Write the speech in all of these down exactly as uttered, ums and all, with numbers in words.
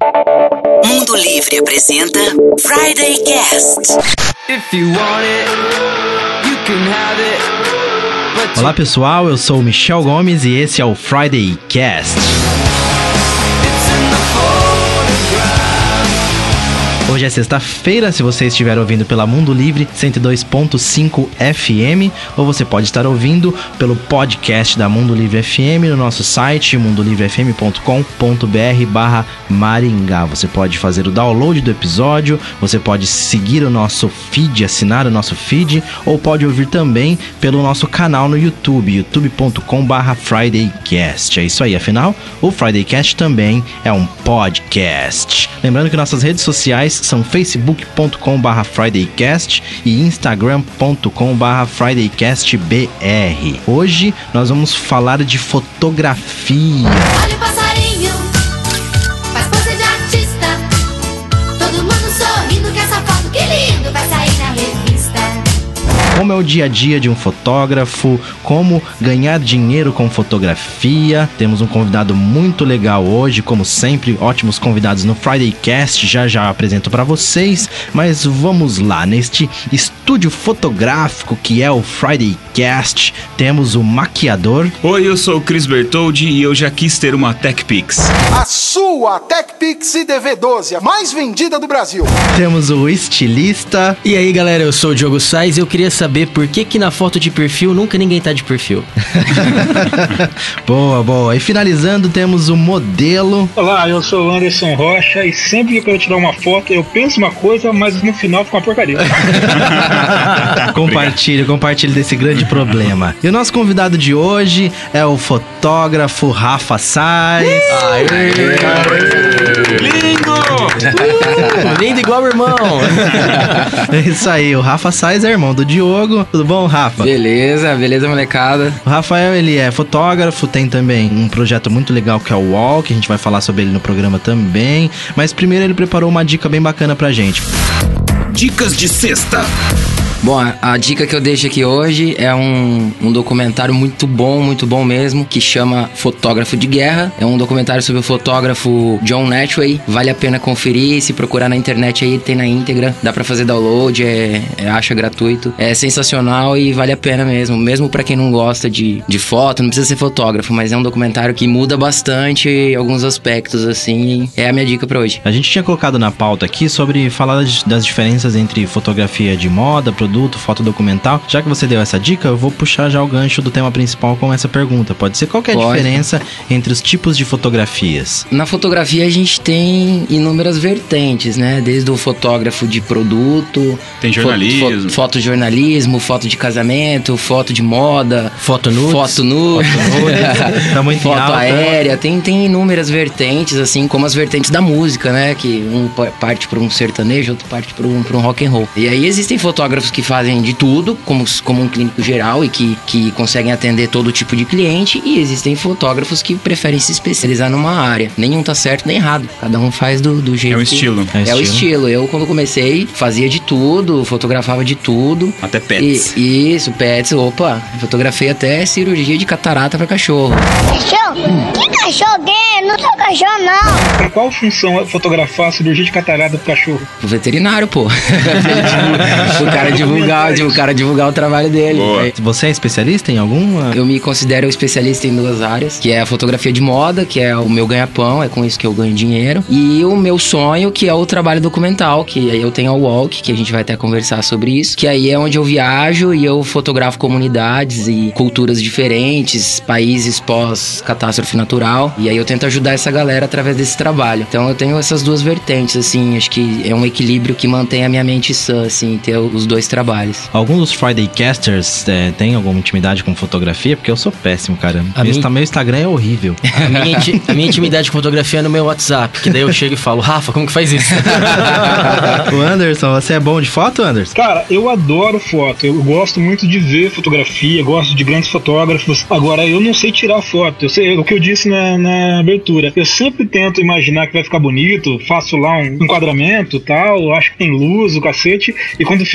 Mundo Livre apresenta Friday Cast. If you want it, you can have it. Olá pessoal, eu sou o Michel Gomes e esse é o Friday Cast. Hoje é sexta-feira, se você estiver ouvindo pela Mundo Livre cento e dois ponto cinco F M, ou você pode estar ouvindo pelo podcast da Mundo Livre F M no nosso site mundo livre f m ponto com ponto b r barra Maringá. Você pode fazer o download do episódio, você pode seguir o nosso feed, assinar o nosso feed, ou pode ouvir também pelo nosso canal no YouTube, youtube ponto com barra Fridaycast. É isso aí, afinal, o Fridaycast também é um podcast. Lembrando que nossas redes sociais são facebook ponto com barra Fridaycast e instagram ponto com barra Fridaycastbr. Hoje nós vamos falar de fotografia. Olha o passarinho, faz pose de artista. Todo mundo sorrindo que essa foto, que lindo, vai sair na revista. Como é o dia a dia de um fotógrafo, como ganhar dinheiro com fotografia. Temos um convidado muito legal hoje, como sempre, ótimos convidados no Friday Cast, já já apresento para vocês, mas vamos lá, neste estúdio fotográfico que é o Friday Cast, temos o maquiador. Oi, eu sou o Cris Bertoldi e eu já quis ter uma TechPix. A sua TechPix I D V doze, a mais vendida do Brasil. Temos o estilista. E aí galera, eu sou o Diogo Sainz e eu queria saber por que que na foto de perfil nunca ninguém tá de perfil. Boa, boa. E finalizando temos o modelo. Olá, eu sou o Anderson Rocha e sempre que eu quero tirar uma foto eu penso uma coisa, mas no final fica uma porcaria. Compartilhe, compartilhe desse grande problema. E o nosso convidado de hoje é o fotógrafo Rafa Sainz. Aê! Lindo! Uh, lindo igual meu irmão. É isso aí, o Rafa Sainz é irmão do Diogo. Tudo bom, Rafa? Beleza, beleza, molecada. O Rafael, ele é fotógrafo, tem também um projeto muito legal que é o Wall, que a gente vai falar sobre ele no programa também. Mas primeiro ele preparou uma dica bem bacana pra gente. Dicas de sexta. Bom, a, a dica que eu deixo aqui hoje é um, um documentário muito bom, muito bom mesmo, que chama Fotógrafo de Guerra. É um documentário sobre o fotógrafo John Natchway. Vale a pena conferir, se procurar na internet aí, tem na íntegra. Dá pra fazer download, é, é, acha gratuito. É sensacional e vale a pena mesmo. Mesmo pra quem não gosta de, de foto, não precisa ser fotógrafo, mas é um documentário que muda bastante alguns aspectos, assim. É a minha dica pra hoje. A gente tinha colocado na pauta aqui sobre falar das diferenças entre fotografia de moda, produto, foto documental. Já que você deu essa dica, eu vou puxar já o gancho do tema principal com essa pergunta. Pode ser, qual que é a Pode. diferença entre os tipos de fotografias? Na fotografia a gente tem inúmeras vertentes, né? Desde o fotógrafo de produto, Tem jornalismo. Fo- fo- fotojornalismo, foto de casamento, foto de moda, Foto nudes? foto nude, Tá muito em foto alta. aérea. Tem, tem inúmeras vertentes, assim como as vertentes da música, né? Que um pa- parte para um sertanejo, outro parte para um, pra um rock and roll. E aí existem fotógrafos que fazem de tudo, como, como um clínico geral e que, que conseguem atender todo tipo de cliente, e existem fotógrafos que preferem se especializar numa área. Nenhum tá certo nem errado, cada um faz do, do jeito É um que... estilo. É É o estilo. estilo. Eu, quando comecei, fazia de tudo, fotografava de tudo. Até pets. E, isso, pets, opa. Fotografei até cirurgia de catarata pra cachorro. Cachorro? Que cachorro que é? Não sou cachorro, não. Pra qual função é fotografar a cirurgia de catarata do cachorro? O veterinário, pô. o cara divulgar, o cara divulgar o trabalho dele. Boa. Aí, Você é especialista em alguma? eu me considero especialista em duas áreas, que é a fotografia de moda, que é o meu ganha-pão, é com isso que eu ganho dinheiro, e o meu sonho, que é o trabalho documental, que aí eu tenho a Walk, que a gente vai até conversar sobre isso, que aí é onde eu viajo e eu fotografo comunidades e culturas diferentes, países pós-catástrofe natural, e aí eu tento ajudar essa galera através desse trabalho. Então eu tenho essas duas vertentes, assim, acho que é um equilíbrio que mantém a minha mente sã, assim, ter os dois trabalhos. Alguns dos Friday Casters é, têm alguma intimidade com fotografia? Porque eu sou péssimo, cara. A Esse mim- tá- Meu Instagram é horrível. A minha, inti- a minha intimidade com fotografia é no meu WhatsApp, que daí eu chego e falo, Rafa, como que faz isso? O Anderson, você é bom de foto, Anderson? Cara, eu adoro foto, eu gosto muito de ver fotografia, gosto de grandes fotógrafos. Agora, eu não sei tirar foto, eu sei, o que eu disse na, na abertura, eu sempre tento imaginar que vai ficar bonito, faço lá um enquadramento e tal, acho que tem luz, o cacete, e quando fica o resultado final,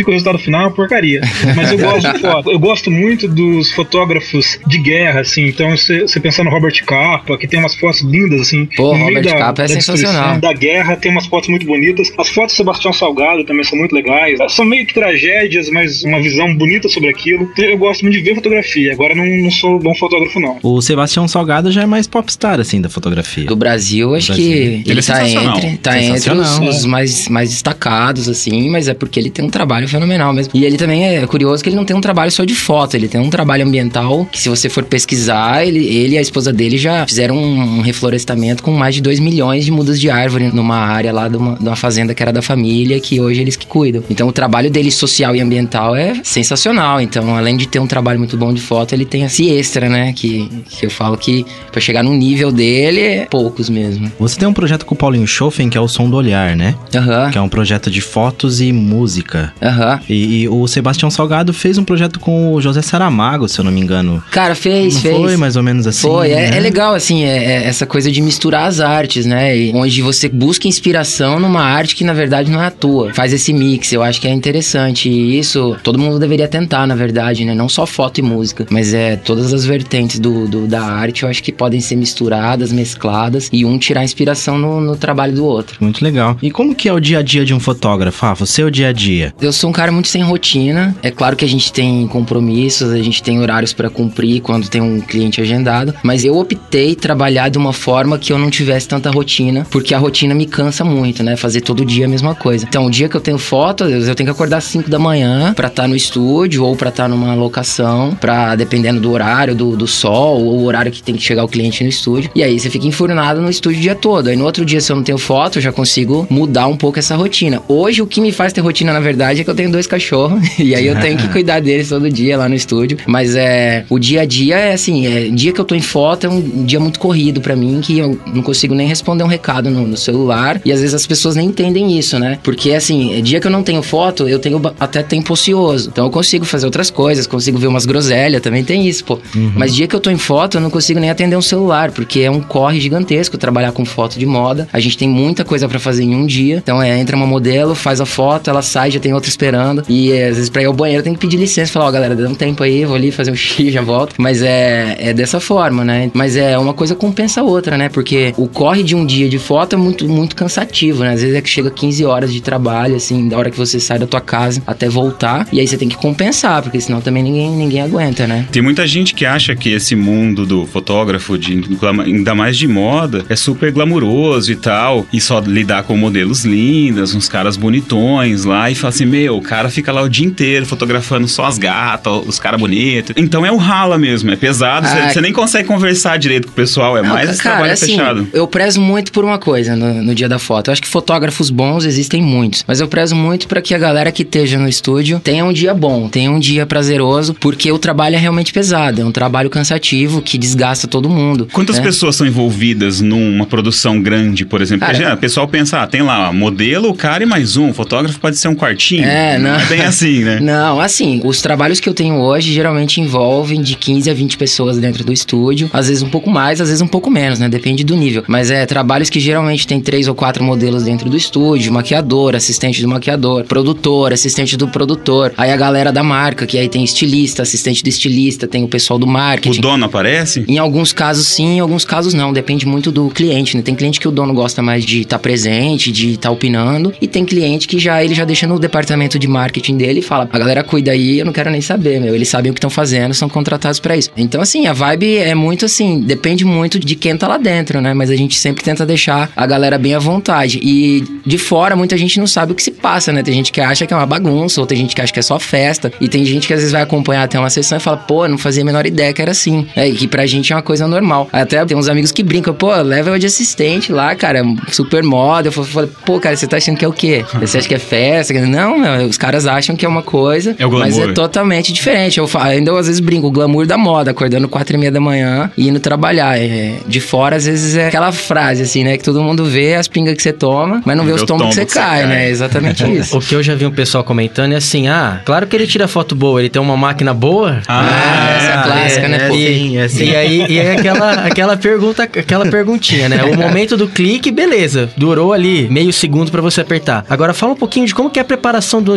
final é uma porcaria. Mas eu gosto de foto. Eu gosto muito dos fotógrafos de guerra, assim. Então, você, você pensar no Robert Capa, que tem umas fotos lindas, assim. Pô, Robert da, Capa é sensacional. Da guerra, tem umas fotos muito bonitas. As fotos do Sebastião Salgado também são muito legais. São meio que tragédias, mas uma visão bonita sobre aquilo. Eu gosto muito de ver fotografia. Agora, não, não sou bom fotógrafo, não. O Sebastião Salgado já é mais popstar, assim, da fotografia. Do Brasil, acho Brasil. que Ele, ele é tá entre, tá entre os, os mais, mais destacados, assim, mas é porque ele tem um trabalho fenomenal mesmo. E ele também é curioso que ele não tem um trabalho só de foto, ele tem um trabalho ambiental que, se você for pesquisar, ele, ele e a esposa dele já fizeram um, um reflorestamento com mais de dois milhões de mudas de árvore numa área lá de uma, de uma fazenda que era da família, que hoje eles que cuidam. Então o trabalho dele social e ambiental é sensacional. Então, além de ter um trabalho muito bom de foto, ele tem esse extra, né? Que, que eu falo que pra chegar num nível dele, é poucos mesmo. Você tem um projeto com o Paulinho Schoffen, que é o Som do Olhar, né? Aham. Uhum. Que é um projeto de fotos e música. Aham. Uhum. E, e o Sebastião Salgado fez um projeto com o José Saramago, se eu não me engano. Cara, fez, não fez. Foi mais ou menos assim. Foi, né? é, é legal, assim, é, é essa coisa de misturar as artes, né? E onde você busca inspiração numa arte que, na verdade, não é a tua. Faz esse mix, eu acho que é interessante. E isso, todo mundo deveria tentar, na verdade, né? Não só foto e música, mas é todas as vertentes do, do, da arte, eu acho que podem ser misturadas, mescladas, e um tirar inspiração no, no trabalho do outro. Muito legal. E como que é o dia a dia de um fotógrafo? Ah, você é o dia a dia? Eu sou um cara muito sem rotina. É claro que a gente tem compromissos, a gente tem horários pra cumprir quando tem um cliente agendado, mas eu optei trabalhar de uma forma que eu não tivesse tanta rotina, porque a rotina me cansa muito, né? Fazer todo dia a mesma coisa. Então, o dia que eu tenho foto, eu tenho que acordar às cinco da manhã pra estar no estúdio ou pra estar numa locação, pra, dependendo do horário, do, do sol, ou o horário que tem que chegar o cliente no estúdio. E aí você fica enfurnado no estúdio o dia todo. Aí no outro dia, se eu não tenho foto, eu já consigo mudar um pouco essa rotina. Hoje, o que me faz ter rotina, na verdade, é que eu tenho dois cachorros, e aí eu tenho que cuidar deles todo dia lá no estúdio. Mas é, o dia a dia é assim, é, dia que eu tô em foto é um dia muito corrido pra mim, que eu não consigo nem responder um recado no, no celular, e às vezes as pessoas nem entendem isso, né? Porque assim, é dia que eu não tenho foto, eu tenho até tempo ocioso. Então eu consigo fazer outras coisas, consigo ver umas groselhas, também tem isso, pô. Uhum. Mas dia que eu tô em foto, eu não consigo nem atender um celular, porque é um corre gigantesco trabalhar com foto de moda. A gente tem muita coisa pra fazer em um dia. Então é, entra uma modelo, faz a foto, ela sai, já tem outra esperando. E é, às vezes pra ir ao banheiro tem que pedir licença, falar, ó, oh, galera, dá um tempo aí, vou ali fazer um xixi, já volto. Mas é, é dessa forma, né? Mas é uma coisa compensa a outra, né? Porque o corre de um dia de foto é muito, muito cansativo, né? Às vezes é que chega quinze horas de trabalho, assim, da hora que você sai da tua casa até voltar. E aí você tem que compensar, porque senão também ninguém, ninguém aguenta, né? Tem muita gente que acha que esse mundo do fotógrafo, de, ainda mais de moda, é super glamuroso e tal, e só lidar com modelos lindas, uns caras bonitões lá, e fala assim, meu, o cara fica lá o dia inteiro fotografando só as gatas, os caras bonitos. Então é o rala mesmo, é pesado, você ah, nem consegue conversar direito com o pessoal, é não, mais esse cara, trabalho assim, fechado. Eu prezo muito por uma coisa no, no dia da foto. Eu acho que fotógrafos bons existem muitos, mas eu prezo muito pra que a galera que esteja no estúdio tenha um dia bom, tenha um dia prazeroso, porque o trabalho é realmente pesado, é um trabalho cansativo que desgasta todo mundo. Quantas né? pessoas são envolvidas numa produção grande, por exemplo? Cara, porque, o pessoal pensa, ah, tem lá modelo, o cara e mais um, o fotógrafo pode ser um quartinho. É, não. Não é bem assim, né? Não, assim, os trabalhos que eu tenho hoje geralmente envolvem de quinze a vinte pessoas dentro do estúdio, às vezes um pouco mais, às vezes um pouco menos, né? Depende do nível. Mas é trabalhos que geralmente tem três ou quatro modelos dentro do estúdio, maquiador, assistente do maquiador, produtor, assistente do produtor, aí a galera da marca, que aí tem estilista, assistente do estilista, tem o pessoal do marketing. O dono aparece? Em alguns casos sim, em alguns casos não, depende muito do cliente, né? Tem cliente que o dono gosta mais de estar tá presente, de estar tá opinando, e tem cliente que já ele já deixa no departamento de marketing dele e fala, a galera cuida aí, eu não quero nem saber, meu, eles sabem o que estão fazendo, são contratados pra isso. Então assim, a vibe é muito assim, depende muito de quem tá lá dentro, né? Mas a gente sempre tenta deixar a galera bem à vontade, e de fora muita gente não sabe o que se passa, né? Tem gente que acha que é uma bagunça, ou tem gente que acha que é só festa, e tem gente que às vezes vai acompanhar até uma sessão e fala, pô, não fazia a menor ideia que era assim, é, e que pra gente é uma coisa normal. Até tem uns amigos que brincam, pô, leva eu de assistente lá, cara, super moda. Eu falei, pô, cara, você tá achando que é o quê? Você acha que é festa? Não, meu, os caras acham que é uma coisa, é o glamour, mas é totalmente diferente. Eu falo, ainda eu, às vezes brinco, o glamour da moda, acordando quatro e meia da manhã e indo trabalhar. É, de fora, às vezes é aquela frase, assim, né, que todo mundo vê as pingas que você toma, mas não vê os tombos que você que cai, cai, né? É exatamente isso. O que eu já vi um pessoal comentando é assim, ah, claro que ele tira foto boa, ele tem uma máquina boa. Ah, ah essa é a clássica, é, né? É, sim, é assim. E aí e é aquela, aquela pergunta, aquela perguntinha, né? O momento do clique, beleza, durou ali meio segundo pra você apertar. Agora fala um pouquinho de como que é a preparação do estúdio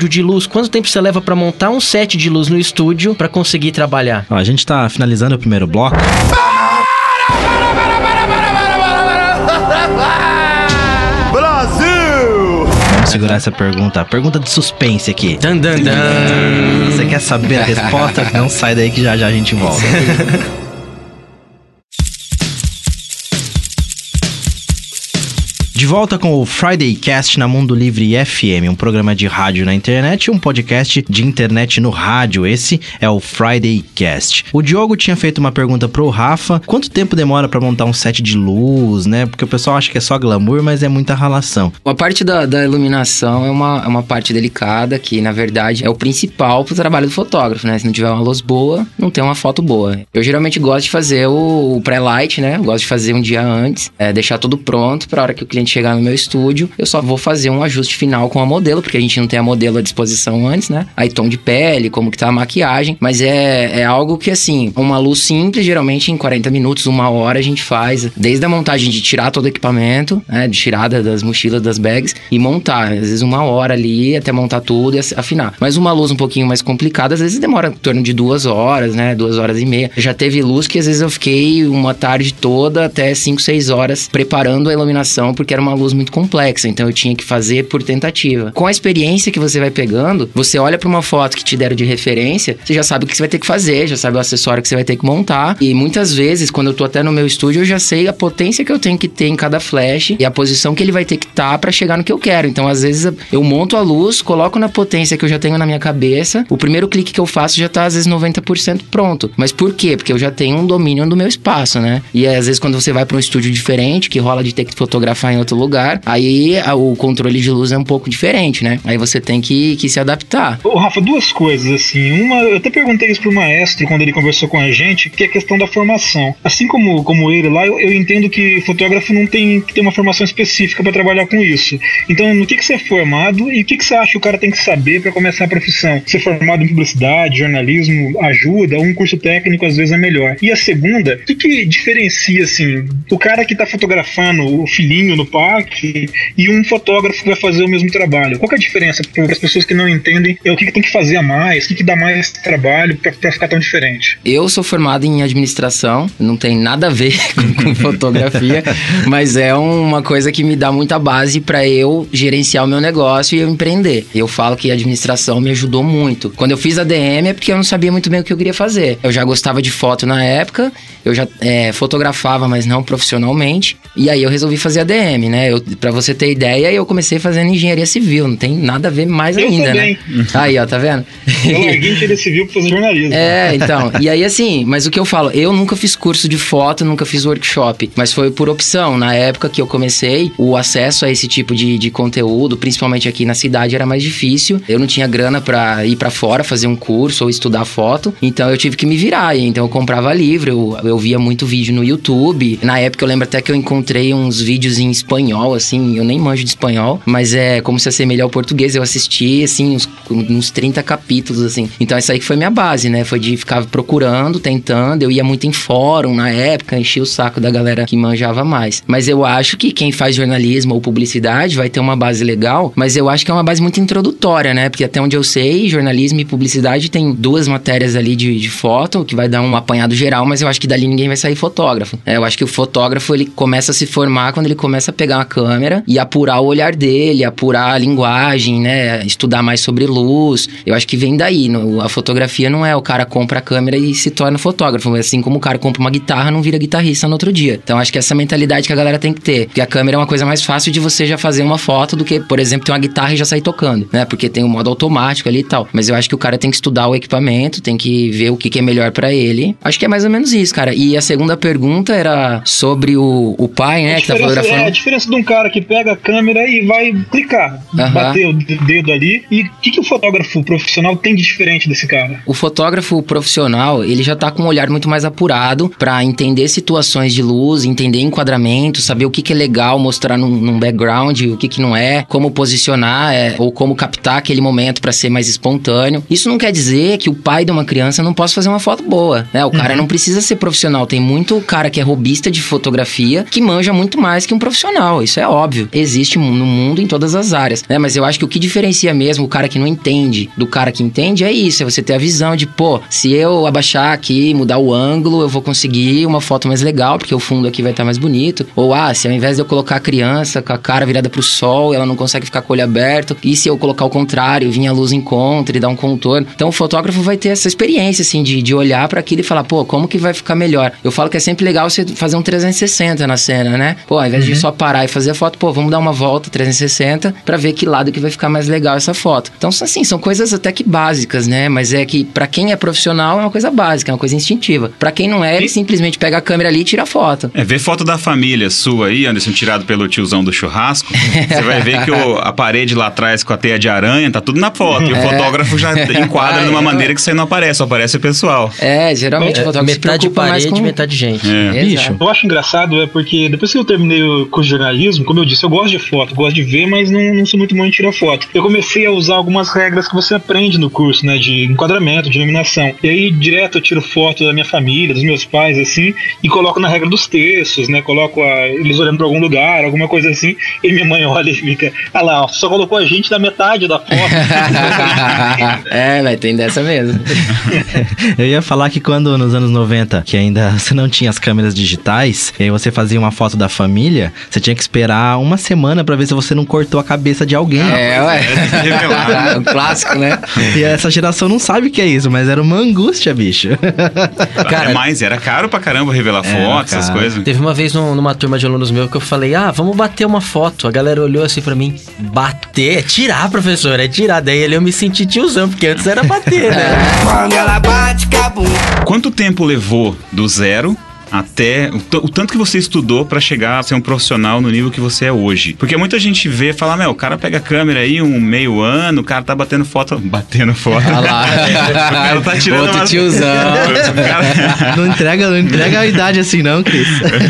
estúdio de luz? Quanto tempo você leva pra montar um set de luz no estúdio pra conseguir trabalhar? Ó, a gente tá finalizando o primeiro bloco. Vamos segurar essa pergunta. Pergunta de suspense aqui. Dan, dan, dan. Você quer saber a resposta? Não sai daí que já já a gente volta. De volta com o Friday Cast na Mundo Livre F M, um programa de rádio na internet e um podcast de internet no rádio. Esse é o Friday Cast. O Diogo tinha feito uma pergunta pro Rafa: quanto tempo demora pra montar um set de luz, né? Porque o pessoal acha que é só glamour, mas é muita ralação. A parte da, da iluminação é uma, é uma parte delicada que, na verdade, é o principal pro trabalho do fotógrafo, né? Se não tiver uma luz boa, não tem uma foto boa. Eu geralmente gosto de fazer o, o pré-light, né? Eu gosto de fazer um dia antes, é, deixar tudo pronto pra hora que o cliente chegar no meu estúdio, eu só vou fazer um ajuste final com a modelo, porque a gente não tem a modelo à disposição antes, né? Aí tom de pele, como que tá a maquiagem, mas é, é algo que, assim, uma luz simples, geralmente em quarenta minutos, uma hora a gente faz, desde a montagem de tirar todo o equipamento, né? De tirada das mochilas, das bags, e montar, às vezes uma hora ali, até montar tudo e afinar. Mas uma luz um pouquinho mais complicada, às vezes demora em torno de duas horas, né? Duas horas e meia. Já teve luz que às vezes eu fiquei uma tarde toda, até cinco, seis horas, preparando a iluminação, porque era uma luz muito complexa, então eu tinha que fazer por tentativa. Com a experiência que você vai pegando, você olha para uma foto que te deram de referência, você já sabe o que você vai ter que fazer, já sabe o acessório que você vai ter que montar, e muitas vezes, quando eu tô até no meu estúdio, eu já sei a potência que eu tenho que ter em cada flash e a posição que ele vai ter que estar para chegar no que eu quero. Então, às vezes, eu monto a luz, coloco na potência que eu já tenho na minha cabeça, o primeiro clique que eu faço já tá, às vezes, noventa por cento pronto. Mas por quê? Porque eu já tenho um domínio do meu espaço, né? E, às vezes, quando você vai para um estúdio diferente, que rola de ter que fotografar em outro lugar, aí a, o controle de luz é um pouco diferente, né? Aí você tem que, que se adaptar. Ô, Rafa, duas coisas, assim. Uma, eu até perguntei isso pro maestro quando ele conversou com a gente, que é a questão da formação. Assim como, como ele lá, eu, eu entendo que fotógrafo não tem que ter uma formação específica para trabalhar com isso. Então, no que, que você é formado e o que, que você acha que o cara tem que saber para começar a profissão? Ser formado em publicidade, jornalismo, ajuda, ou um curso técnico às vezes é melhor. E a segunda, o que, que diferencia, assim, o cara que tá fotografando o filhinho no parque e um fotógrafo que vai fazer o mesmo trabalho? Qual que é a diferença para as pessoas que não entendem? É o que, que tem que fazer a mais? O que, que dá mais trabalho para ficar tão diferente? Eu sou formado em administração, não tem nada a ver com, com fotografia, mas é uma coisa que me dá muita base para eu gerenciar o meu negócio e eu empreender. Eu falo que a administração me ajudou muito. Quando eu fiz a D M é porque eu não sabia muito bem o que eu queria fazer. Eu já gostava de foto na época, eu já é, fotografava, mas não profissionalmente, e aí eu resolvi fazer a D M, né? Eu, pra você ter ideia, eu comecei fazendo engenharia civil, não tem nada a ver mais eu ainda, também. Né? Aí, ó, tá vendo? Eu larguei engenharia civil pra fazer jornalismo. É, então, e aí assim, mas o que eu falo, eu nunca fiz curso de foto, nunca fiz workshop, mas foi por opção. Na época que eu comecei, o acesso a esse tipo de, de conteúdo, principalmente aqui na cidade, era mais difícil. Eu não tinha grana pra ir pra fora fazer um curso ou estudar foto, então eu tive que me virar. Então eu comprava livro, eu, eu via muito vídeo no YouTube. Na época eu lembro até que eu encontrei uns vídeos em espanhol, assim, eu nem manjo de espanhol, mas é como se assemelhar ao português. Eu assisti, assim, uns, uns trinta capítulos, assim. Então essa aí que foi minha base, né? Foi de ficar procurando, tentando. Eu ia muito em fórum na época, enchia o saco da galera que manjava mais. Mas eu acho que quem faz jornalismo ou publicidade vai ter uma base legal, mas eu acho que é uma base muito introdutória, né? Porque até onde eu sei, jornalismo e publicidade tem duas matérias ali de, de foto, que vai dar um apanhado geral, mas eu acho que dali ninguém vai sair fotógrafo. É, eu acho que o fotógrafo, ele começa a se formar quando ele começa a pegar uma câmera e apurar o olhar dele, apurar a linguagem, né? Estudar mais sobre luz. Eu acho que vem daí. No, a fotografia não é o cara compra a câmera e se torna fotógrafo. Assim como o cara compra uma guitarra, não vira guitarrista no outro dia. Então acho que essa mentalidade que a galera tem que ter. Porque a câmera é uma coisa mais fácil de você já fazer uma foto do que, por exemplo, ter uma guitarra e já sair tocando, né? Porque tem o modo automático ali e tal. Mas eu acho que o cara tem que estudar o equipamento, tem que ver o que, que é melhor pra ele. Acho que é mais ou menos isso, cara. E a segunda pergunta era sobre o, o pai, né? Que tá fotografando. É a diferença de um cara que pega a câmera e vai clicar, uh-huh. bater o dedo ali. E o que, que o fotógrafo profissional tem de diferente desse cara? O fotógrafo profissional, ele já tá com um olhar muito mais apurado pra entender situações de luz, entender enquadramento, saber o que, que é legal mostrar num, num background, o que, que não é, como posicionar é, ou como captar aquele momento pra ser mais espontâneo. Isso não quer dizer que o pai de uma criança não possa fazer uma foto boa, né? O cara uhum. não precisa ser profissional. Tem muito cara que é hobbyista de fotografia que manja muito mais que um profissional. profissional, isso é óbvio. Existe no mundo em todas as áreas, né? Mas eu acho que o que diferencia mesmo o cara que não entende do cara que entende é isso, é você ter a visão de, pô, se eu abaixar aqui, mudar o ângulo, eu vou conseguir uma foto mais legal, porque o fundo aqui vai estar mais bonito. Ou, ah, se ao invés de eu colocar a criança com a cara virada pro sol, ela não consegue ficar com o olho aberto, e se eu colocar o contrário, vir a luz em contra e dar um contorno. Então o fotógrafo vai ter essa experiência, assim, de, de olhar para aquilo e falar, pô, como que vai ficar melhor? Eu falo que é sempre legal você fazer um trezentos e sessenta na cena, né? Pô, ao invés uhum. de só parar e fazer a foto, pô, vamos dar uma volta trezentos e sessenta pra ver que lado que vai ficar mais legal essa foto. Então, assim, são coisas até que básicas, né? Mas é que pra quem é profissional é uma coisa básica, é uma coisa instintiva. Pra quem não é, ele simplesmente pega a câmera ali e tira a foto. É, ver foto da família sua aí, Anderson, tirado pelo tiozão do churrasco, você vai ver que o, a parede lá atrás com a teia de aranha, tá tudo na foto. E o É. fotógrafo já enquadra de uma maneira que você não aparece, só aparece o pessoal. É, geralmente É, o fotógrafo se metade preocupa mais parede, com... metade gente. É. Exato. Eu acho engraçado, é porque depois que eu terminei o curso de jornalismo, como eu disse, eu gosto de foto, gosto de ver, mas não, não sou muito bom em tirar foto. Eu comecei a usar algumas regras que você aprende no curso, né, de enquadramento, de iluminação. E aí, direto, eu tiro foto da minha família, dos meus pais, assim, e coloco na regra dos textos, né, coloco a, eles olhando pra algum lugar, alguma coisa assim, e minha mãe olha e fica, ah lá, ó, só colocou a gente da metade da foto. É, vai tem dessa mesmo. Eu ia falar que quando nos anos noventa, que ainda você não tinha as câmeras digitais, e aí você fazia uma foto da família, você tinha que esperar uma semana pra ver se você não cortou a cabeça de alguém. É, ué. É um clássico, né? E essa geração não sabe o que é isso, mas era uma angústia, bicho. Cara, mais, era caro pra caramba revelar Era fotos, essas caro. coisas. Teve uma vez num- numa turma de alunos meus que eu falei, ah, vamos bater uma foto. A galera olhou assim pra mim, bater? É tirar, professor, é tirar. Daí ali eu me senti tiozão, porque antes era bater, né? Quanto tempo levou do zero até o, t- o tanto que você estudou pra chegar a ser um profissional no nível que você é hoje? Porque muita gente vê e fala, meu, o cara pega a câmera aí um meio ano, o cara tá batendo foto, batendo foto. Olha lá. O cara tá tirando Outro umas- tiozão. O cara... Não entrega, não entrega a idade assim não, Cris.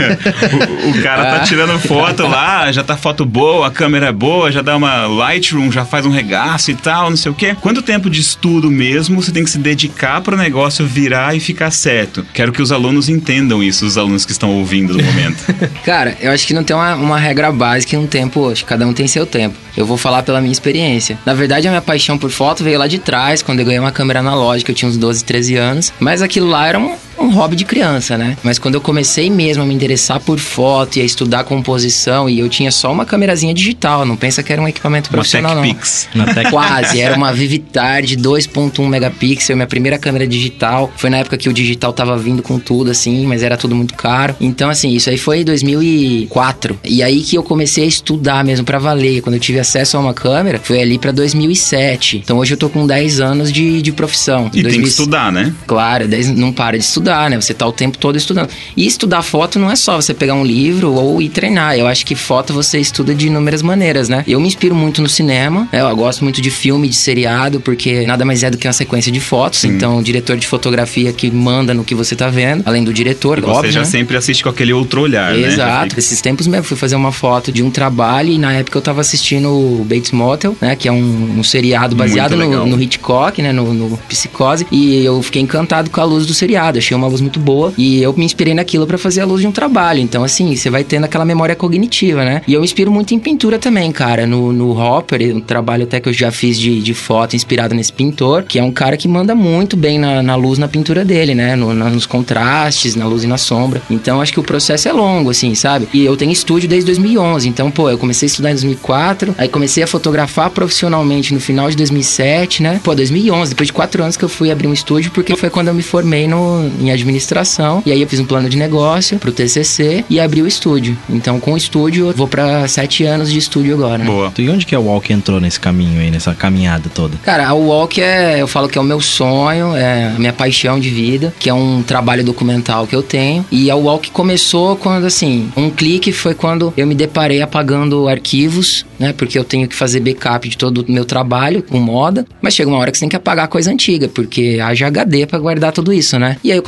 O, o cara tá tirando foto lá, já tá foto boa, a câmera é boa, já dá uma Lightroom, já faz um regaço e tal, não sei o quê. Quanto tempo de estudo mesmo você tem que se dedicar pro negócio virar e ficar certo? Quero que os alunos entendam isso, os alunos que estão ouvindo no momento. Cara, eu acho que não tem uma, uma regra básica e um tempo, acho que cada um tem seu tempo. Eu vou falar pela minha experiência. Na verdade, a minha paixão por foto veio lá de trás, quando eu ganhei uma câmera analógica, eu tinha uns doze, treze anos. Mas aquilo lá era um, um hobby de criança, né? Mas quando eu comecei mesmo a me interessar por foto e a estudar composição, e eu tinha só uma câmerazinha digital, não pensa que era um equipamento Uma profissional, não. TechPix. Na tec... Quase, era uma Vivitar de dois ponto um megapixel, minha primeira câmera digital. Foi na época que o digital tava vindo com tudo, assim, mas era tudo muito caro. Então, assim, isso aí foi em dois mil e quatro. E aí que eu comecei a estudar mesmo pra valer. Quando eu tive acesso a uma câmera, foi ali pra dois mil e sete. Então hoje eu tô com dez anos de, de profissão. E tem dois mil que estudar, né? Claro, dez não para de estudar, né? Você tá o tempo todo estudando. E estudar foto não é só você pegar um livro ou ir treinar. Eu acho que foto você estuda de inúmeras maneiras, né? Eu me inspiro muito no cinema, né? Eu gosto muito de filme, de seriado, porque nada mais é do que uma sequência de fotos. Sim. Então, o diretor de fotografia que manda no que você tá vendo, além do diretor, E você óbvio, já né? sempre assiste com aquele outro olhar, né? Já Exato, fica- esses tempos mesmo, fui fazer uma foto de um trabalho e na época eu tava assistindo o Bates Motel, né, que é um, um seriado baseado Muito no, legal. no Hitchcock, né, no, no Psicose, e eu fiquei encantado com a luz do seriado, achei uma luz muito boa e eu me inspirei naquilo pra fazer a luz de um trabalho, então assim, você vai tendo aquela memória cognitiva, né, e eu me inspiro muito em pintura também, cara, no, no Hopper, um trabalho até que eu já fiz de, de foto inspirado nesse pintor, que é um cara que manda muito bem na, na luz, na pintura dele, né, no, na- nos contrastes, na luz e na sombra, então acho que o processo é longo, assim, sabe? E eu tenho estúdio desde dois mil e onze, então, pô, eu comecei a estudar em dois mil e quatro, aí comecei a fotografar profissionalmente no final de dois mil e sete, né? Pô, dois mil e onze, depois de quatro anos que eu fui abrir um estúdio, porque foi quando eu me formei no, em administração, e aí eu fiz um plano de negócio pro T C C e abri o estúdio. Então, com o estúdio, eu vou pra sete anos de estúdio agora, né? Boa. E onde que a Walk entrou nesse caminho aí, nessa caminhada toda? Cara, a Walk é, eu falo que é o meu sonho, é a minha paixão de vida, que é um trabalho documental que eu tenho. E a Walk começou quando, assim, um clique foi quando eu me deparei apagando arquivos, né? Porque eu tenho que fazer backup de todo o meu trabalho com moda. Mas chega uma hora que você tem que apagar coisa antiga, porque haja H D pra guardar tudo isso, né? E aí eu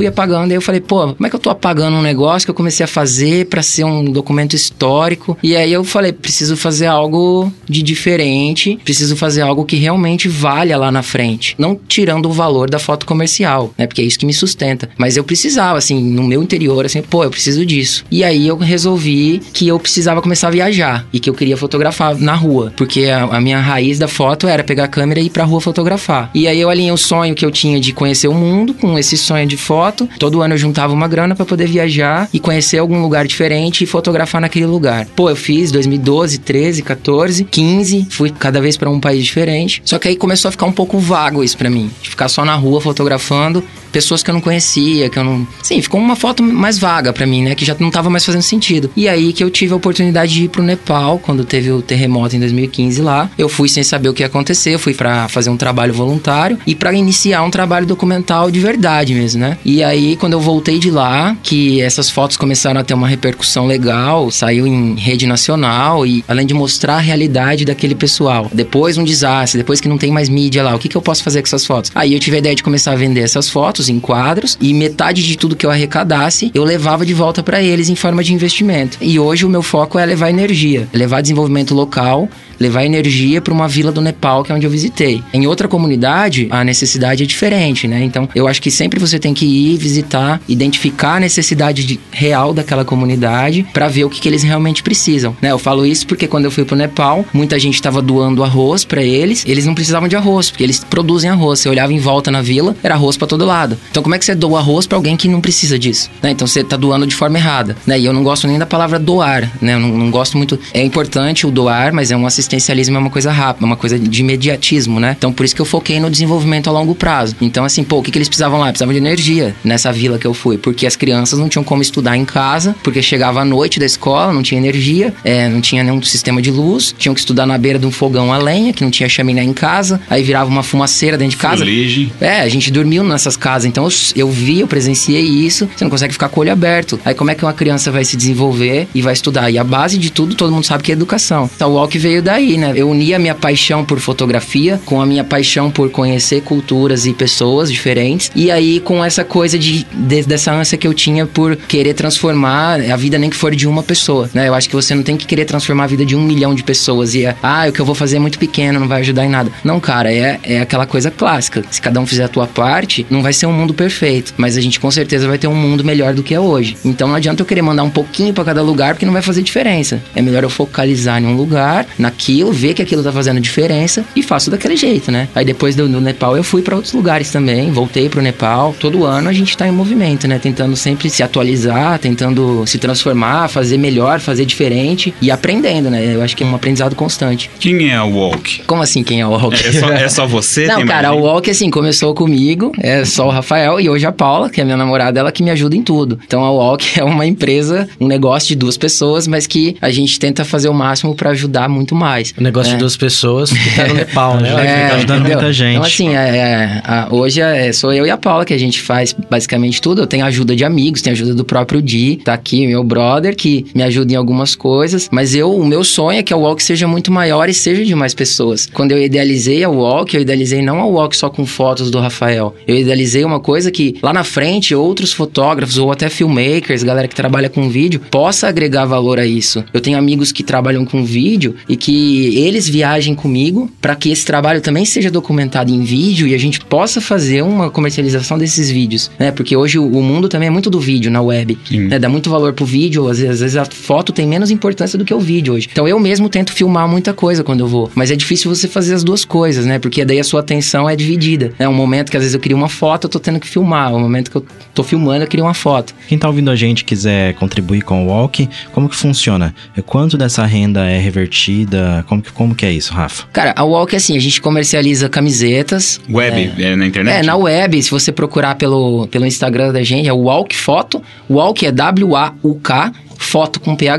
apagando. Aí eu falei, pô, como é que eu tô apagando um negócio que eu comecei a fazer pra ser um documento histórico? E aí eu falei, preciso fazer algo de diferente, preciso fazer algo que realmente valha lá na frente. Não tirando o valor da foto comercial, né? Porque é isso que me sustenta. Mas eu precisava, assim, no meu interior, assim, pô, eu preciso disso. E aí eu resolvi que eu precisava começar a viajar e que eu queria fotografar na rua, porque a, a minha raiz da foto era pegar a câmera e ir pra rua fotografar. E aí eu alinhei o sonho que eu tinha de conhecer o mundo com esse sonho de foto. Todo ano eu juntava uma grana pra poder viajar e conhecer algum lugar diferente e fotografar naquele lugar. Pô, eu fiz dois mil e doze, treze, quatorze, quinze, fui cada vez pra um país diferente. Só que aí começou a ficar um pouco vago isso pra mim, de ficar só na rua fotografando pessoas que eu não conhecia, que eu não... Sim, ficou uma foto mais vaga pra mim, né? Que já não tava mais fazendo sentido. E aí que eu tive a oportunidade de ir pro Nepal, quando teve o terremoto em dois mil e quinze lá. Eu fui sem saber o que ia acontecer, eu fui pra fazer um trabalho voluntário e pra iniciar um trabalho documental de verdade mesmo, né? E aí, quando eu voltei de lá, que essas fotos começaram a ter uma repercussão legal, saiu em rede nacional e além de mostrar a realidade daquele pessoal. Depois um desastre, depois que não tem mais mídia lá, o que que eu posso fazer com essas fotos? Aí eu tive a ideia de começar a vender essas fotos em quadros e metade de tudo que eu arrecadasse eu levava de volta para eles em forma de investimento. E hoje o meu foco é levar energia, levar desenvolvimento local, levar energia para uma vila do Nepal, que é onde eu visitei. Em outra comunidade, a necessidade é diferente, né? Então, eu acho que sempre você tem que ir visitar, identificar a necessidade de, real daquela comunidade para ver o que, que eles realmente precisam, né? Eu falo isso porque quando eu fui pro Nepal, muita gente estava doando arroz para eles, eles não precisavam de arroz, porque eles produzem arroz. Você olhava em volta na vila, era arroz para todo lado. Então, como é que você doa arroz para alguém que não precisa disso, né? Então, você tá doando de forma errada, né? E eu não gosto nem da palavra doar, né? Eu não, não gosto muito... É importante o doar, mas é um assistente Assistencialismo é uma coisa rápida, uma coisa de imediatismo, né? Então, por isso que eu foquei no desenvolvimento a longo prazo. Então, assim, pô, o que, que eles precisavam lá? Precisavam de energia nessa vila que eu fui, porque as crianças não tinham como estudar em casa, porque chegava à noite da escola, não tinha energia, é, não tinha nenhum sistema de luz, tinham que estudar na beira de um fogão a lenha, que não tinha chaminé em casa, aí virava uma fumaceira dentro de casa. Fuligem. É, a gente dormiu nessas casas, então eu, eu vi, eu presenciei isso, você não consegue ficar com o olho aberto. Aí como é que uma criança vai se desenvolver e vai estudar? E a base de tudo, todo mundo sabe que é educação. Então o walk veio daí, né? Eu uni a minha paixão por fotografia com a minha paixão por conhecer culturas e pessoas diferentes. E aí, com essa coisa de, de dessa ânsia que eu tinha por querer transformar a vida, nem que for de uma pessoa, né? Eu acho que você não tem que querer transformar a vida de um milhão de pessoas e, ah, o que eu vou fazer é muito pequeno, não vai ajudar em nada. Não, cara, é, é aquela coisa clássica. Se cada um fizer a tua parte, não vai ser um mundo perfeito, mas a gente com certeza vai ter um mundo melhor do que é hoje. Então não adianta eu querer mandar um pouquinho pra cada lugar, porque não vai fazer diferença. É melhor eu focalizar em um lugar, naquilo, ver que aquilo tá fazendo diferença e faço daquele jeito, né? Aí depois do, do Nepal eu fui pra outros lugares também, voltei pro Nepal. Todo ano a gente tá em movimento, né? Tentando sempre se atualizar, tentando se transformar, fazer melhor, fazer diferente e aprendendo, né? Eu acho que é um aprendizado constante. Quem é a Walk? Como assim, quem é o Walk? É só, é só você? Não, tem cara, mais o Walk, assim, começou comigo, é só o Rafael e hoje a Paula, que é minha namorada, ela que me ajuda em tudo. Então a Walk é uma empresa, um negócio de duas pessoas, mas que a gente tenta fazer o máximo pra ajudar muito mais. O negócio é. de duas pessoas que tá no Nepal, né? É, ajudando entendeu? muita gente. Então, assim, é, é, a, hoje é, sou eu e a Paula que a gente faz basicamente tudo. Eu tenho ajuda de amigos, tenho ajuda do próprio Di, tá aqui, meu brother, que me ajuda em algumas coisas. Mas eu, o meu sonho é que a Walk seja muito maior e seja de mais pessoas. Quando eu idealizei a Walk, eu idealizei não a Walk só com fotos do Rafael. Eu idealizei uma coisa que lá na frente outros fotógrafos ou até filmmakers, galera que trabalha com vídeo, possa agregar valor a isso. Eu tenho amigos que trabalham com vídeo e que eles viajem comigo para que esse trabalho também seja documentado em vídeo e a gente possa fazer uma comercialização desses vídeos, né? Porque hoje o, o mundo também é muito do vídeo na web, né? Dá muito valor pro vídeo, às vezes, às vezes a foto tem menos importância do que o vídeo hoje. Então eu mesmo tento filmar muita coisa quando eu vou, mas é difícil você fazer as duas coisas, né? Porque daí a sua atenção é dividida. É um momento que às vezes eu queria uma foto, eu tô tendo que filmar. Um momento que eu tô filmando, eu queria uma foto. Quem tá ouvindo a gente quiser contribuir com o Walk, como que funciona? Quanto dessa renda é revertida? Como que, como que é isso, Rafa? Cara, a Walk é assim, a gente comercializa camisetas. Web, é, é na internet? É, na web, se você procurar pelo, pelo Instagram da gente, é o Walk Foto. Walk é W A U K, foto com P H.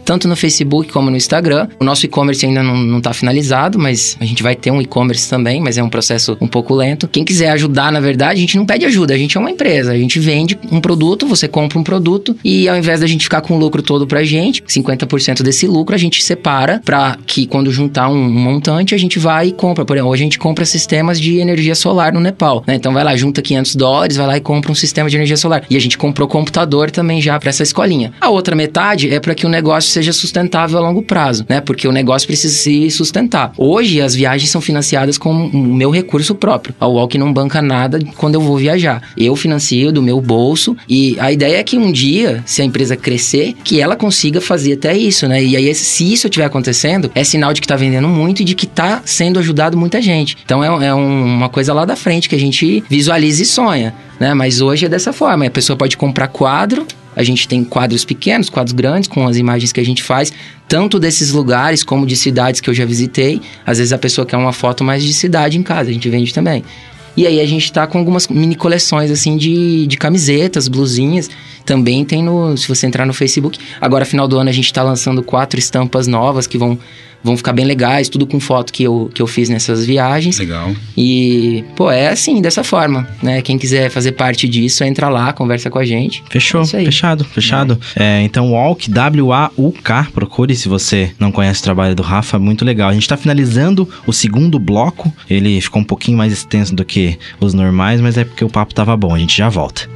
tanto no Facebook como no Instagram. O nosso e-commerce ainda não, não tá finalizado, mas a gente vai ter um e-commerce também, mas é um processo um pouco lento. Quem quiser ajudar, na verdade, a gente não pede ajuda, a gente é uma empresa. A gente vende um produto, você compra um produto e ao invés da gente ficar com o lucro todo pra gente, cinquenta por cento desse lucro a gente separa pra que quando juntar um montante, a gente vai e compra. Por exemplo, hoje a gente compra sistemas de energia solar no Nepal, né? Então vai lá, junta quinhentos dólares, vai lá e compra um sistema de energia solar. E a gente comprou computador também já pra essa escolinha. A outra metade é pra que o negócio seja sustentável a longo prazo, né? Porque o negócio precisa se sustentar. Hoje as viagens são financiadas com o meu recurso próprio. A Walk não banca nada quando eu vou viajar. Eu financio do meu bolso e a ideia é que um dia, se a empresa crescer, que ela consiga fazer até isso, né? E aí, se isso estiver acontecendo, é sinal de que tá vendendo muito e de que tá sendo ajudado muita gente. Então é, é um, uma coisa lá da frente que a gente visualiza e sonha, né? Mas hoje é dessa forma. A pessoa pode comprar quadro. A gente tem quadros pequenos, quadros grandes, com as imagens que a gente faz, tanto desses lugares como de cidades que eu já visitei. Às vezes a pessoa quer uma foto mais de cidade em casa, a gente vende também. E aí a gente tá com algumas mini coleções, assim, de, de camisetas, blusinhas. Também tem no... Se você entrar no Facebook. Agora, final do ano, a gente tá lançando quatro estampas novas que vão... Vão ficar bem legais, tudo com foto que eu, que eu fiz nessas viagens. Legal. E, pô, é assim, dessa forma, né? Quem quiser fazer parte disso, entra lá, conversa com a gente. Fechou, é fechado, fechado. É, então, Walk, W A U K, procure se você não conhece o trabalho do Rafa, muito legal. A gente tá finalizando o segundo bloco, ele ficou um pouquinho mais extenso do que os normais, mas é porque o papo tava bom, a gente já volta.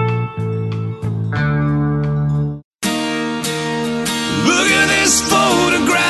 Look at this photograph.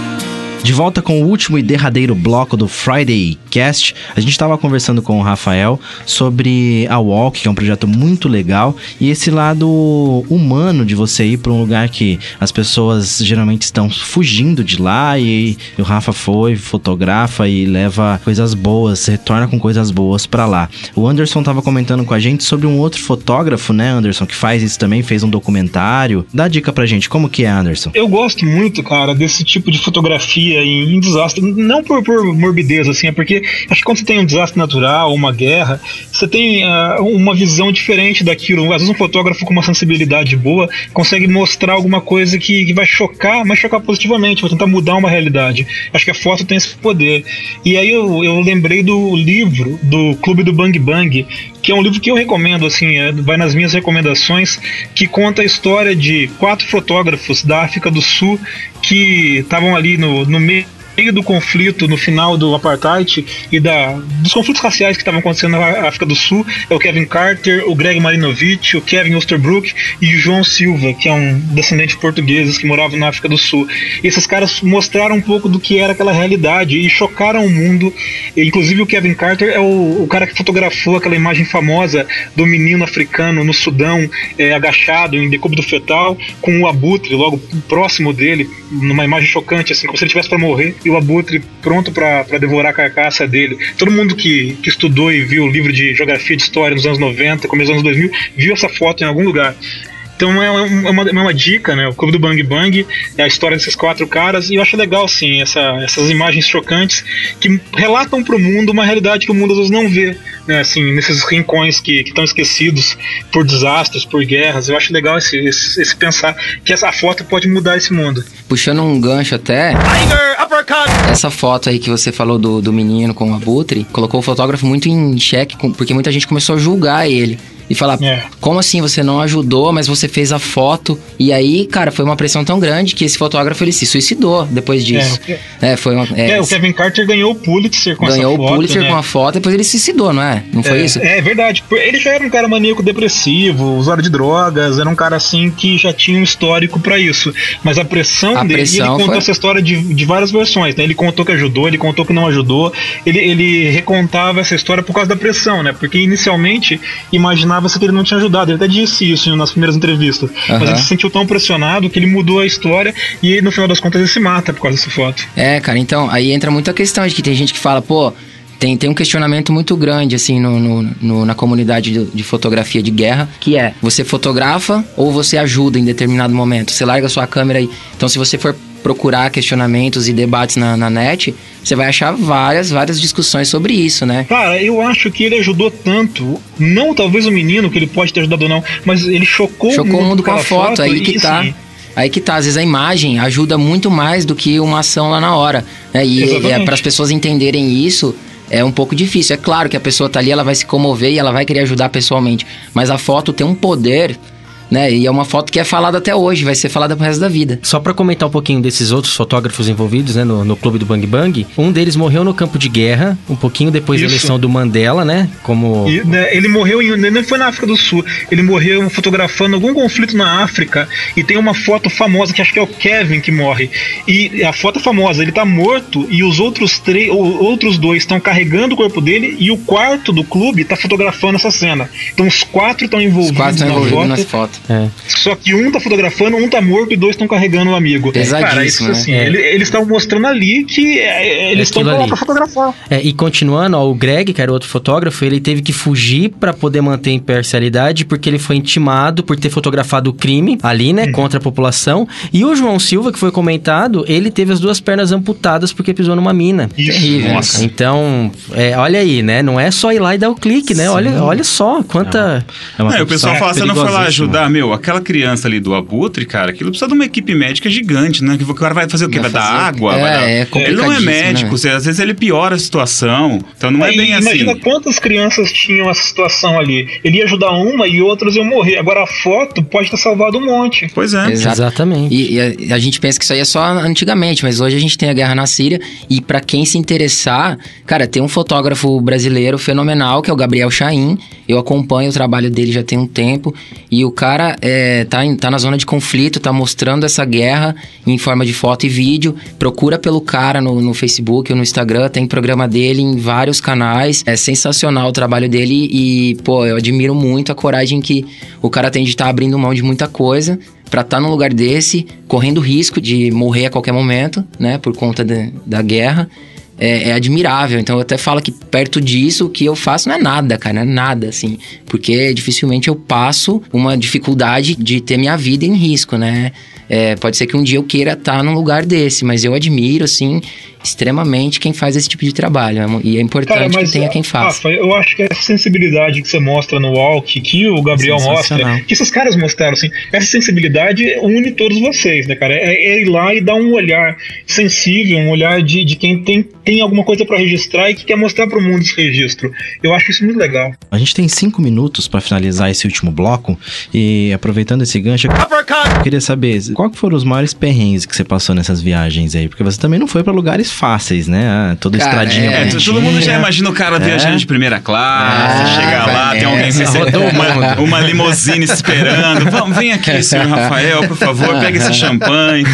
De volta com o último e derradeiro bloco do Friday Cast, a gente estava conversando com o Rafael sobre a Walk, que é um projeto muito legal, e esse lado humano de você ir para um lugar que as pessoas geralmente estão fugindo de lá, e o Rafa foi, fotografa e leva coisas boas, retorna com coisas boas para lá. O Anderson estava comentando com a gente sobre um outro fotógrafo, né, Anderson, que faz isso também, fez um documentário. Dá dica pra gente, como que é, Anderson? Eu gosto muito, cara, desse tipo de fotografia em, em desastre, não por, por morbidez, assim, é porque acho que quando você tem um desastre natural, uma guerra, você tem uh, uma visão diferente daquilo. Às vezes um fotógrafo com uma sensibilidade boa consegue mostrar alguma coisa que, que vai chocar, mas chocar positivamente, vai tentar mudar uma realidade. Acho que a foto tem esse poder. E aí eu, eu lembrei do livro do Clube do Bang Bang, que é um livro que eu recomendo, assim, é, vai nas minhas recomendações, que conta a história de quatro fotógrafos da África do Sul que estavam ali no, no meio do conflito, no final do apartheid e da, dos conflitos raciais que estavam acontecendo na África do Sul. É o Kevin Carter, o Greg Marinovich, o Kevin Osterbrook e o João Silva, que é um descendente de portugueses que moravam na África do Sul. E esses caras mostraram um pouco do que era aquela realidade e chocaram o mundo. E, inclusive o Kevin Carter é o, o cara que fotografou aquela imagem famosa do menino africano no Sudão, é, agachado em decúbito fetal, com o abutre logo próximo dele, numa imagem chocante, assim, como se ele estivesse para morrer, e o abutre pronto para devorar a carcaça dele. Todo mundo que, que estudou e viu o livro de geografia de história nos anos noventa, começo dos anos dois mil, viu essa foto em algum lugar. Então é uma, é uma dica, né? O Clube do Bang Bang é a história desses quatro caras, e eu acho legal, sim, essa, essas imagens chocantes que relatam para o mundo uma realidade que o mundo às vezes não vê, né? Assim, nesses rincões que estão esquecidos por desastres, por guerras. Eu acho legal esse, esse, esse pensar que essa foto pode mudar esse mundo. Puxando um gancho até, essa foto aí que você falou do, do menino com o abutre, colocou o fotógrafo muito em xeque, porque muita gente começou a julgar ele. E falar, é. Como assim você não ajudou, mas você fez a foto? E aí, cara, foi uma pressão tão grande que esse fotógrafo, ele se suicidou depois disso. É, é, foi uma, é, é o Kevin Carter ganhou o Pulitzer com ganhou essa foto. Ganhou o Pulitzer, né, com a foto, depois ele se suicidou, não é? Não foi é, isso? É verdade. Ele já era um cara maníaco depressivo, usuário de drogas, era um cara assim que já tinha um histórico pra isso. Mas a pressão a dele, pressão ele contou foi... essa história de, de várias versões, né? Ele contou que ajudou, ele contou que não ajudou, ele, ele recontava essa história por causa da pressão, né? Porque inicialmente imaginava-se que ele não tinha ajudado. Ele até disse isso nas primeiras entrevistas. Uhum. Mas ele se sentiu tão pressionado que ele mudou a história e no final das contas ele se mata por causa dessa foto. É, cara, então aí entra muita questão de que tem gente que fala, pô, tem, tem um questionamento muito grande, assim, no, no, no, na comunidade de, de fotografia de guerra, que é, você fotografa ou você ajuda em determinado momento? Você larga a sua câmera aí. Então, se você for procurar questionamentos e debates na, na net, você vai achar várias, várias discussões sobre isso, né? Cara, eu acho que ele ajudou tanto, não talvez o menino, que ele pode ter ajudado ou não, mas ele chocou, chocou o mundo, o mundo com a foto, foto aí que tá. Assim, Aí que tá, às vezes a imagem ajuda muito mais do que uma ação lá na hora, né? E é, para as pessoas entenderem isso, é um pouco difícil. É claro que a pessoa tá ali, ela vai se comover e ela vai querer ajudar pessoalmente, mas a foto tem um poder, né? E é uma foto que é falada até hoje, vai ser falada pro resto da vida. Só pra comentar um pouquinho desses outros fotógrafos envolvidos, né, no, no Clube do Bang Bang, um deles morreu no campo de guerra, um pouquinho depois Isso. da eleição do Mandela, né, como... E, né, ele morreu, em, não foi na África do Sul, ele morreu fotografando algum conflito na África, e tem uma foto famosa, que acho que é o Kevin que morre, e a foto é famosa, ele tá morto, e os outros três, outros dois estão carregando o corpo dele, e o quarto do clube tá fotografando essa cena. Então os quatro estão envolvidos, quatro na envolvidos foto. nas fotos. É. Só que um tá fotografando, um tá morto e dois estão carregando o amigo. Cara, isso assim, né? ele, eles estão mostrando ali que é, eles estão lá pra fotografar. É, e continuando, ó, o Greg, que era outro fotógrafo, ele teve que fugir pra poder manter a imparcialidade, porque ele foi intimado por ter fotografado o crime ali, né, uhum. contra a população. E o João Silva, que foi comentado, ele teve as duas pernas amputadas porque pisou numa mina. Isso. Terrível. Nossa. Então, é, olha aí, né, não é só ir lá e dar o clique, né, olha, olha só quanta... É uma é, o pessoal fala, você não foi lá ajudar, meu, aquela criança ali do Abutre, cara, aquilo precisa de uma equipe médica gigante, né? Que o cara vai fazer o quê? Vai, vai dar água? É, vai dar... é ele não é médico, né? Às vezes ele piora a situação. Então não é, é bem assim. Imagina quantas crianças tinham essa situação ali. Ele ia ajudar uma e outras iam morrer. Agora a foto pode ter salvado um monte. Pois é. Exato. Exatamente. E, e a, a gente pensa que isso aí é só antigamente, mas hoje a gente tem a guerra na Síria e pra quem se interessar, cara, tem um fotógrafo brasileiro fenomenal que é o Gabriel Chaim. Eu acompanho o trabalho dele já tem um tempo e o cara é, tá, em, tá na zona de conflito, tá mostrando essa guerra em forma de foto e vídeo. Procura pelo cara no, no Facebook ou no Instagram, tem programa dele em vários canais. É sensacional o trabalho dele e, pô, eu admiro muito a coragem que o cara tem de estar tá abrindo mão de muita coisa pra estar tá num lugar desse, correndo risco de morrer a qualquer momento, né, por conta de, da guerra. É, é admirável, então eu até falo que perto disso o que eu faço não é nada, cara, não é nada, assim, porque dificilmente eu passo uma dificuldade de ter minha vida em risco, né, é, pode ser que um dia eu queira estar num lugar desse, mas eu admiro, assim, extremamente quem faz esse tipo de trabalho, e é importante Cara, mas, que tenha quem faça. Rafa, eu acho que essa sensibilidade que você mostra no Walk, que o Gabriel mostra, que esses caras mostraram, assim, essa sensibilidade une todos vocês, né, cara, é, é ir lá e dar um olhar sensível, um olhar de, de quem tem, tem alguma coisa pra registrar e que quer mostrar pro mundo esse registro. Eu acho isso muito legal. A gente tem cinco minutos pra finalizar esse último bloco e aproveitando esse gancho, eu queria saber, qual que foram os maiores perrengues que você passou nessas viagens aí? Porque você também não foi pra lugares fáceis, né? Ah, toda cara, estradinha. É, todo mundo já imagina o cara viajando é. de primeira classe, ah, chegar lá, é, tem alguém recebendo uma, uma limusine esperando. Vamos, vem aqui, senhor Rafael, por favor, pega esse champanhe.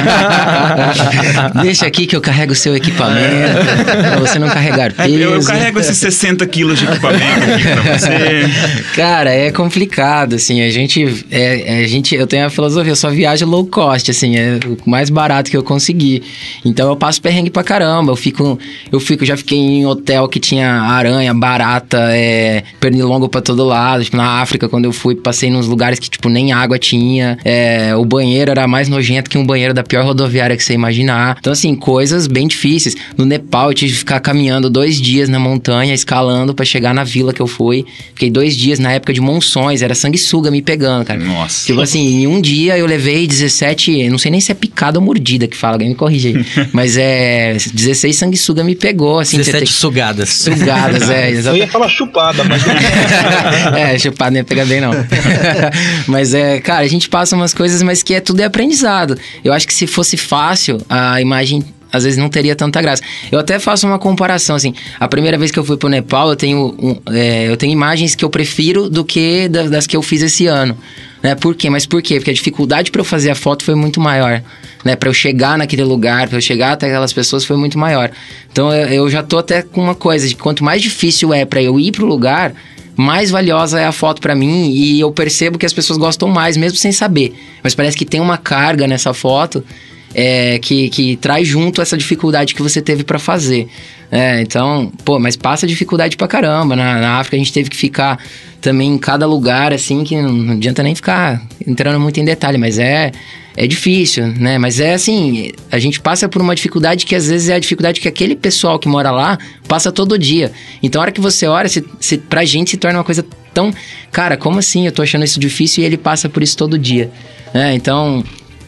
Deixa aqui que eu carrego o seu equipamento, pra você não carregar peso. Eu, eu carrego esses sessenta quilos de equipamento aqui pra você. Cara, é complicado, assim, a gente, é, a gente, eu tenho a filosofia, eu só viajo low cost, assim, é o mais barato que eu consegui. Então eu passo perrengue pra caramba, eu fico, eu fico, já fiquei em hotel que tinha aranha, barata, é, pernilongo pra todo lado, tipo, na África, quando eu fui, passei nos lugares que, tipo, nem água tinha, é, o banheiro era mais nojento que um banheiro da pior rodoviária que você imaginar. Então, assim, coisas bem difíceis. No Nepal, eu tive que ficar caminhando dois dias na montanha, escalando pra chegar na vila que eu fui. Fiquei dois dias na época de monções, era sanguessuga me pegando, cara. Nossa. Tipo assim, em um dia eu levei dezessete, não sei nem se é picada ou mordida que fala, alguém me corrige aí. Mas é, dezesseis sanguessuga me pegou, assim. dezessete te... sugadas. Sugadas, é. Exatamente. Eu ia falar chupada, mas... é, chupada não ia pegar bem, não. Mas é, cara, a gente passa umas coisas, mas que é tudo é aprendizado. Eu acho que se fosse fácil, a imagem... às vezes não teria tanta graça. Eu até faço uma comparação, assim. A primeira vez que eu fui pro Nepal, eu tenho, um, é, eu tenho imagens que eu prefiro do que das, das que eu fiz esse ano. Né? Por quê? Mas por quê? Porque a dificuldade para eu fazer a foto foi muito maior. Né? Para eu chegar naquele lugar, para eu chegar até aquelas pessoas foi muito maior. Então eu, eu já tô até com uma coisa de quanto mais difícil é para eu ir pro lugar, mais valiosa é a foto pra mim. E eu percebo que as pessoas gostam mais, mesmo sem saber. Mas parece que tem uma carga nessa foto... É, que, que traz junto essa dificuldade que você teve pra fazer. É, então, pô, mas passa dificuldade pra caramba. Na, na África a gente teve que ficar também em cada lugar, assim, que não, não adianta nem ficar entrando muito em detalhe, mas é, é difícil, né? Mas é assim, a gente passa por uma dificuldade que às vezes é a dificuldade que aquele pessoal que mora lá passa todo dia. Então, a hora que você olha, se, se, pra gente se torna uma coisa tão... Cara, como assim? Eu tô achando isso difícil e ele passa por isso todo dia. É, então...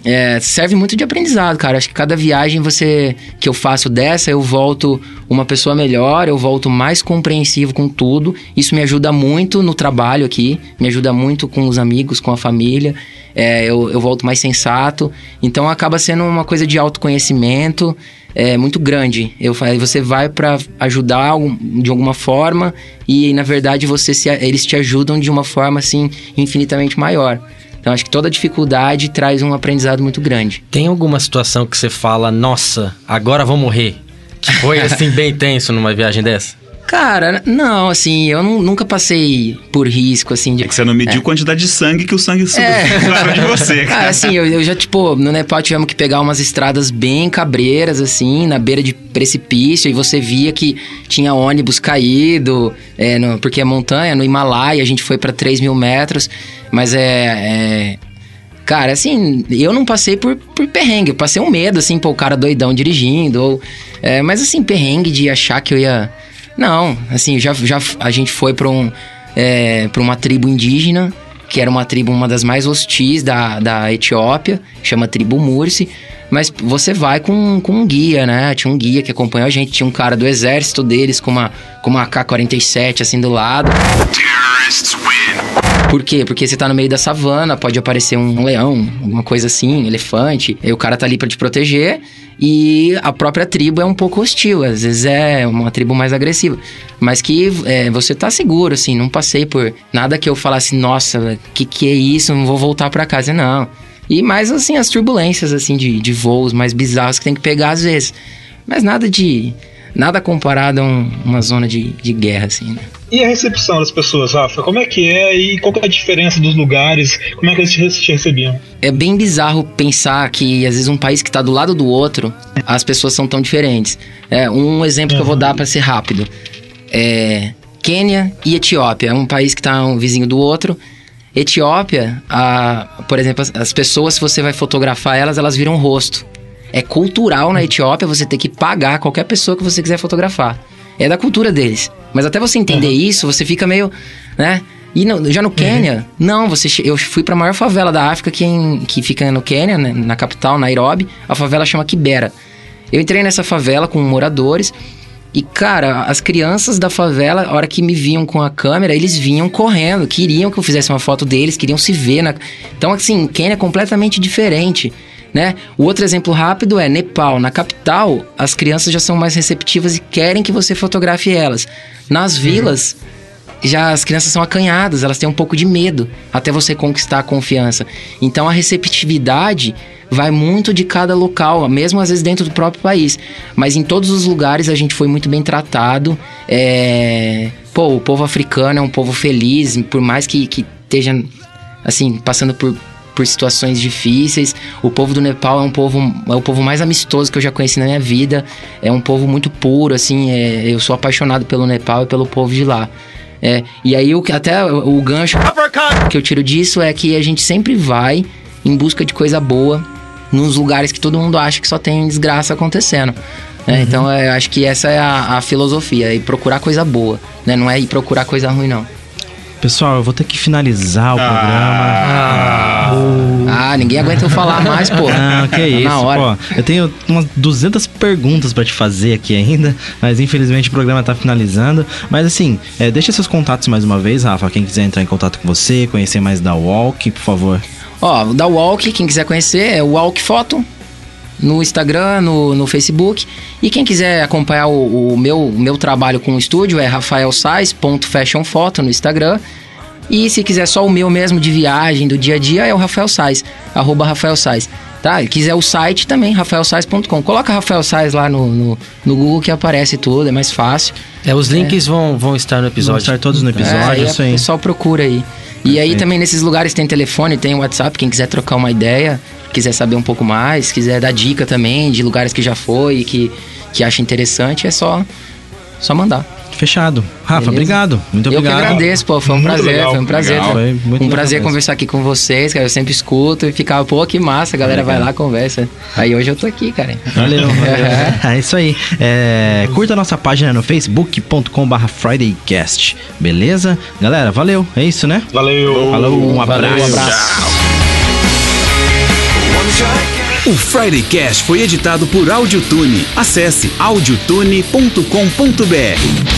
é, serve muito de aprendizado, cara. Acho que cada viagem você que eu faço dessa, eu volto uma pessoa melhor, eu volto mais compreensivo com tudo. Isso me ajuda muito no trabalho aqui, me ajuda muito com os amigos, com a família. É, eu, eu volto mais sensato. Então acaba sendo uma coisa de autoconhecimento é, muito grande. Eu, você vai para ajudar de alguma forma e, na verdade, você se, eles te ajudam de uma forma assim infinitamente maior. Então acho que toda dificuldade traz um aprendizado muito grande. Tem alguma situação que você fala, nossa, agora vou morrer? Que foi assim bem tenso numa viagem dessa? Cara, não, assim, eu não, nunca passei por risco, assim... De... É que você não mediu a é. quantidade de sangue que o sangue subiu é. de você, cara. Cara, assim, eu, eu já, tipo, no Nepal tivemos que pegar umas estradas bem cabreiras, assim, na beira de precipício, e você via que tinha ônibus caído, é, no, porque é montanha, no Himalaia, a gente foi pra três mil metros, mas é... é... Cara, assim, eu não passei por, por perrengue, eu passei um medo, assim, pô, o cara doidão dirigindo, ou... É, mas, assim, perrengue de achar que eu ia... Não, assim, já, já a gente foi para um, é, para uma tribo indígena, que era uma tribo, uma das mais hostis da, da Etiópia, chama Tribo Mursi, mas você vai com, com um guia, né? Tinha um guia que acompanhou a gente, tinha um cara do exército deles com uma, com uma A K quarenta e sete assim do lado. Por quê? Porque você tá no meio da savana, pode aparecer um leão, alguma coisa assim, um elefante, e o cara tá ali pra te proteger, e a própria tribo é um pouco hostil, às vezes é uma tribo mais agressiva, mas que é, você tá seguro, assim, não passei por nada que eu falasse, nossa, que que é isso, não vou voltar pra casa, não. E mais, assim, as turbulências, assim, de, de voos mais bizarros que tem que pegar às vezes, mas nada de... Nada comparado a um, uma zona de, de guerra, assim, né? E a recepção das pessoas, Rafa? Como é que é? E qual que é a diferença dos lugares? Como é que eles te, te recebiam? É bem bizarro pensar que, às vezes, um país que está do lado do outro, as pessoas são tão diferentes. É, um exemplo uhum. que eu vou dar para ser rápido. É Quênia e Etiópia. É um país que está um vizinho do outro. Etiópia, a, por exemplo, as, as pessoas, se você vai fotografar elas, elas viram rosto. É cultural na Etiópia você ter que pagar qualquer pessoa que você quiser fotografar. É da cultura deles. Mas até você entender uhum. isso, você fica meio, né? E no, já no Quênia, uhum. não, você, eu fui pra maior favela da África que, em, que fica no Quênia, né, na capital, Nairobi. A favela chama Kibera. Eu entrei nessa favela com moradores e, cara, as crianças da favela, a hora que me viam com a câmera, eles vinham correndo, queriam que eu fizesse uma foto deles, queriam se ver. Na... Então, assim, Quênia é completamente diferente. Né? O outro exemplo rápido é Nepal. Na capital, as crianças já são mais receptivas e querem que você fotografe elas. Nas vilas, já as crianças são acanhadas, elas têm um pouco de medo até você conquistar a confiança. Então a receptividade vai muito de cada local, mesmo às vezes dentro do próprio país. Mas em todos os lugares a gente foi muito bem tratado. É... Pô, o povo africano é um povo feliz, por mais que, que esteja assim, passando por por situações difíceis. O povo do Nepal é um povo, é o povo mais amistoso que eu já conheci na minha vida. É um povo muito puro, assim, é, eu sou apaixonado pelo Nepal e pelo povo de lá. É, e aí, o, até o, o gancho que eu tiro disso é que a gente sempre vai em busca de coisa boa nos lugares que todo mundo acha que só tem desgraça acontecendo. É, uhum. Então, eu acho que essa é a, a filosofia, é ir procurar coisa boa, né? Não é ir procurar coisa ruim, não. Pessoal, eu vou ter que finalizar o ah, programa. Ah, oh. ah, ninguém aguenta eu falar mais, pô. Não, que isso, na hora. Pô. Eu tenho umas duzentas perguntas pra te fazer aqui ainda, mas infelizmente o programa tá finalizando. Mas assim, é, deixa seus contatos mais uma vez, Rafa. Quem quiser entrar em contato com você, conhecer mais da Walk, por favor. Ó, da Walk, quem quiser conhecer é o Walk Foto. No Instagram, no, no Facebook. E quem quiser acompanhar o, o meu, meu trabalho com o estúdio é rafael sais ponto fashion photo no Instagram. E se quiser só o meu mesmo de viagem, do dia a dia, é o Rafael Sais, arroba Rafael Sais. Tá? E quiser o site também, rafael sais ponto com. Coloca Rafael Sais lá no, no, no Google que aparece tudo, é mais fácil. É, os links é. Vão, vão estar no episódio. Vão estar todos no episódio, é, isso aí. O pessoal procura aí. E Perfeito. Aí também nesses lugares tem telefone, tem WhatsApp, quem quiser trocar uma ideia, quiser saber um pouco mais, quiser dar dica também de lugares que já foi e que, que acha interessante, é só, só mandar. Fechado. Rafa, Beleza? Obrigado. Muito obrigado. Eu que agradeço, pô. Foi um muito prazer. Legal. Foi um prazer. Foi muito um prazer mesmo. Conversar aqui com vocês, cara. Eu sempre escuto e ficava, pô, que massa. A galera é, vai lá, conversa. Aí hoje eu tô aqui, cara. Valeu. valeu. É isso aí. É, curta a nossa página no facebook ponto com barra fridaycast. Beleza? Galera, valeu. É isso, né? Valeu. Falou. Um abraço. Valeu, um abraço. O Friday Cast foi editado por Audiotune. Acesse audiotune ponto com ponto br.